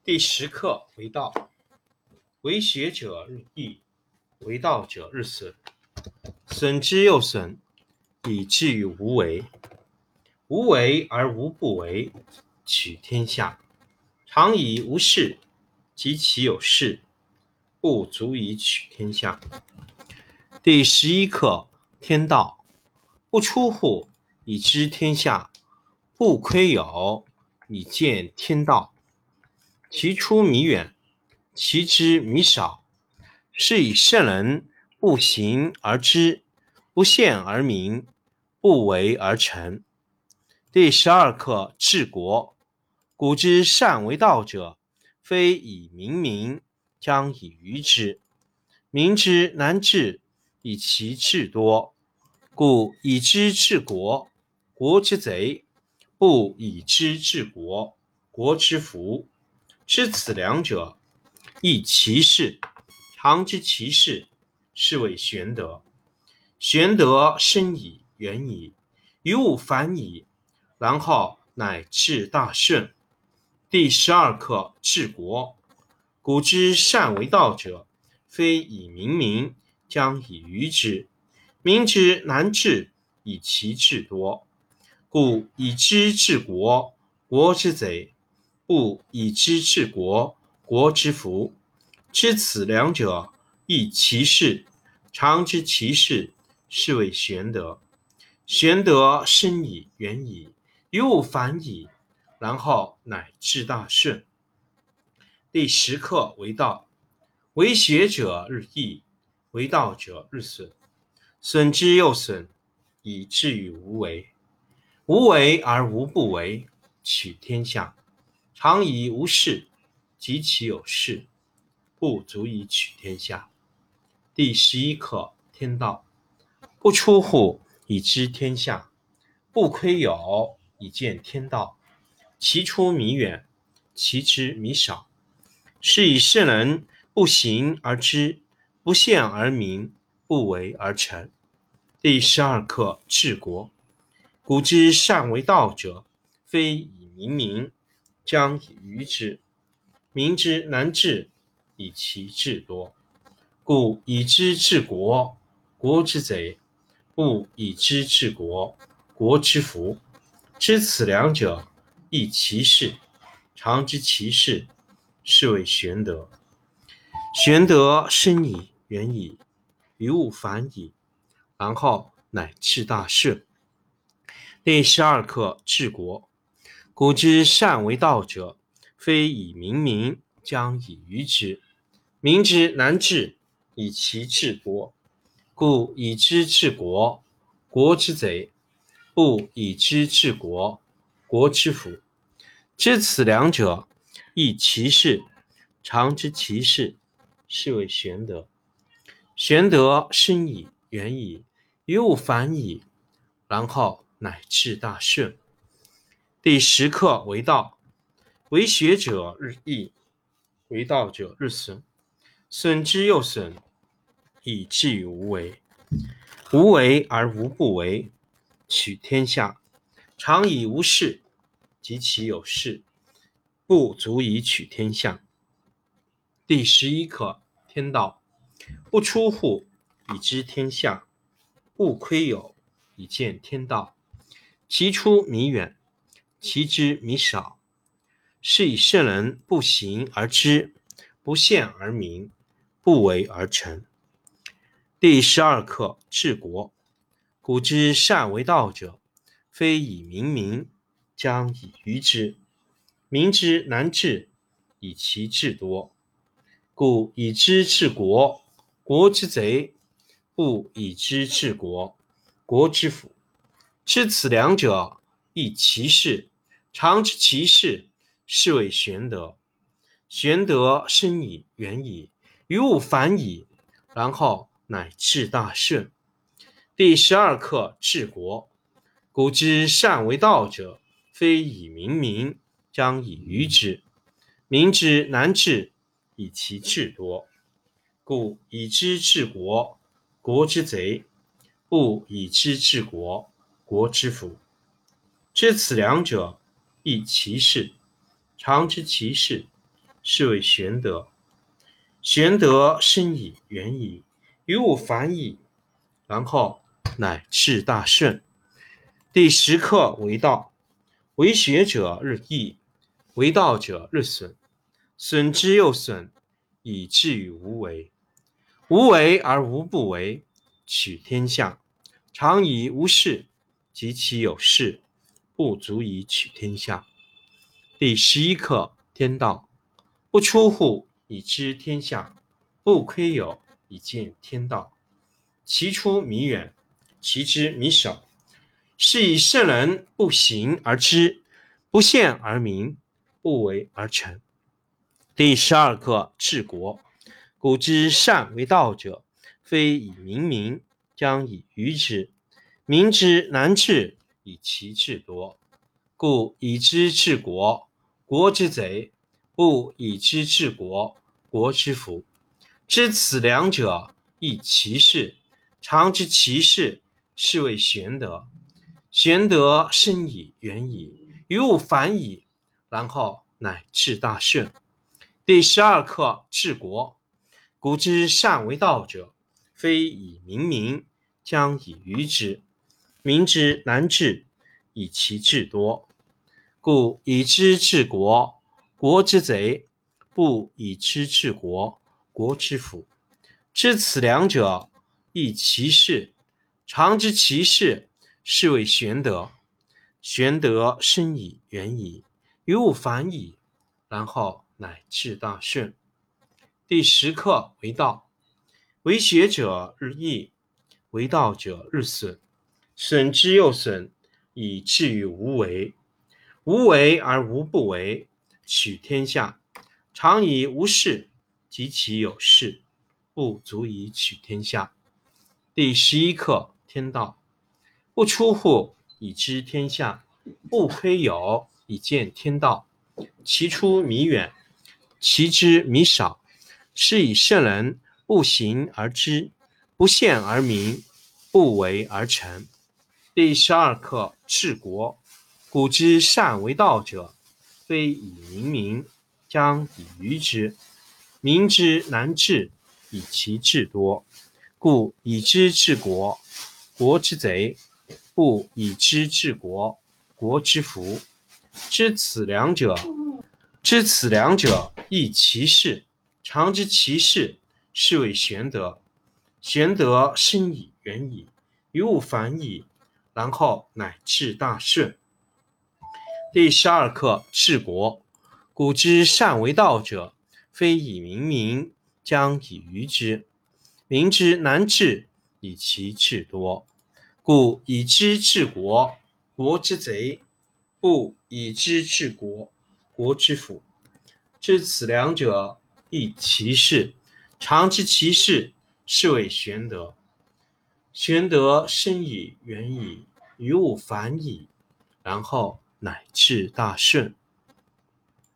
第10课为道，为学者日益，为道者日损，损之又损，以至于无为。无为而无不为，取天下常以无事，及其有事，不足以取天下。第11课天道，不出户，以知天下；不窥牖，以见天道。其出弥远，其知弥少。是以圣人不行而知，不见而明，不为而成。第12课治国。古之善为道者，非以明民，将以愚之。民之难治，以其智多。故以知治国，国之贼；不以知治国，国之福。知此两者，亦其事。常知其事，是谓玄德。玄德深矣，远矣，于物反矣，然后乃至大顺。第12课治国。古之善为道者，非以明民，将以愚之。民之难治，以其智多。故以知治国，国之贼；不以知治国，国之福。知此两者，亦其事。常知其事，是谓玄德。玄德深矣，远矣，于物反矣，然后乃至大顺。第10课为道，为学者日益，为道者日损，损之又损，以至于无为。无为而无不为，取天下常以无事，及其有事，不足以取天下。第11课天道，不出户，以知天下；不窥牖，以见天道。其出弥远，其知弥少。是以圣人不行而知，不见而明，不为而成。第12课治国。古之善为道者，非以明民，将以愚之。民之难治，以其智多。故以知治国，国之贼；不以知治国，国之福。知此两者，亦其事。常知其事，是谓玄德。玄德深矣，远矣，于物反矣，然后乃至大顺。第12课治国。古之善为道者，非以明民，将以愚之。民之难治，以其智多。故以知治国，国之贼；不以知治国，国之福。知此两者，亦其事。常知其事，是谓玄德。玄德深矣，远矣，于物反矣，然后乃至大顺。第10课为道，为学者日益，为道者日损，损之又损，以至于无为。无为而无不为，取天下常以无事，及其有事，不足以取天下。第11课天道，不出户，以知天下；不窥牖，以见天道。其出弥远，其知弥少。是以圣人不行而知，不见而明，不为而成。第12课治国。古之善为道者，非以明民，将以愚之。民之难治，以其智多。故以知治国，国之贼；不以知治国，国之福。知此两者，亦其事。常知其事，是谓玄德。玄德深矣，远矣，于物反矣，然后乃至大顺。第12课治国。古之善为道者，非以明民，将以愚之。民之难治，以其智多。故以知治国，国之贼；不以知治国，国之福。知此两者，亦其事。常知其事， 是谓玄德。玄德深矣，远矣，于物反矣，然后乃至大顺。第10课为道，为学者日益，为道者日损，损之又损，以至于无为。无为而无不为，取天下常以无事，及其有事，不足以取天下。第11课天道，不出户以知天下，不窥有以见天道。其出弥远，其知弥少，是以圣人不行而知，不见而明，不为而成。第12课治国，古之善为道者，非以明民，将以愚之。民之难治，以其智多。故以知治国，国之贼；不以知治国，国之福。知此两者，亦其事。常知其事，是谓玄德。玄德深矣，远矣，于物反矣，然后乃至大顺。第12课治国，古之善为道者，非以明民，将以愚之。民之难治，以其智多。故以知治国，国之贼；不以知治国，国之福。知此两者，亦其事。常知其事，是谓玄德。玄德深矣，远矣，于物反矣，然后乃至大顺。第10课为道，为学者日益，为道者日损，损之又损，以至于无为。无为而无不为，取天下常以无事，及其有事，不足以取天下。第11课天道，不出户以知天下，不窥有以见天道。其出弥远，其知弥少，是以圣人不行而知，不见而明，不为而成。第12课治国，古之善为道者，非以明民，将以愚之。民之难治，以其智多。故以知治国，国之贼；不以知治国，国之福。知此两者，亦其事。常知其事，是谓玄德。玄德深矣，远矣，于物反矣，然后乃至大顺。第12课治国，古之善为道者，非以明民，将以愚之。民之难治，以其智多。故以知治国，国之贼；不以知治国，国之福。知此两者，亦其事。常知其事，是谓玄德。玄德深矣，远矣，于物反矣，然后乃至大顺。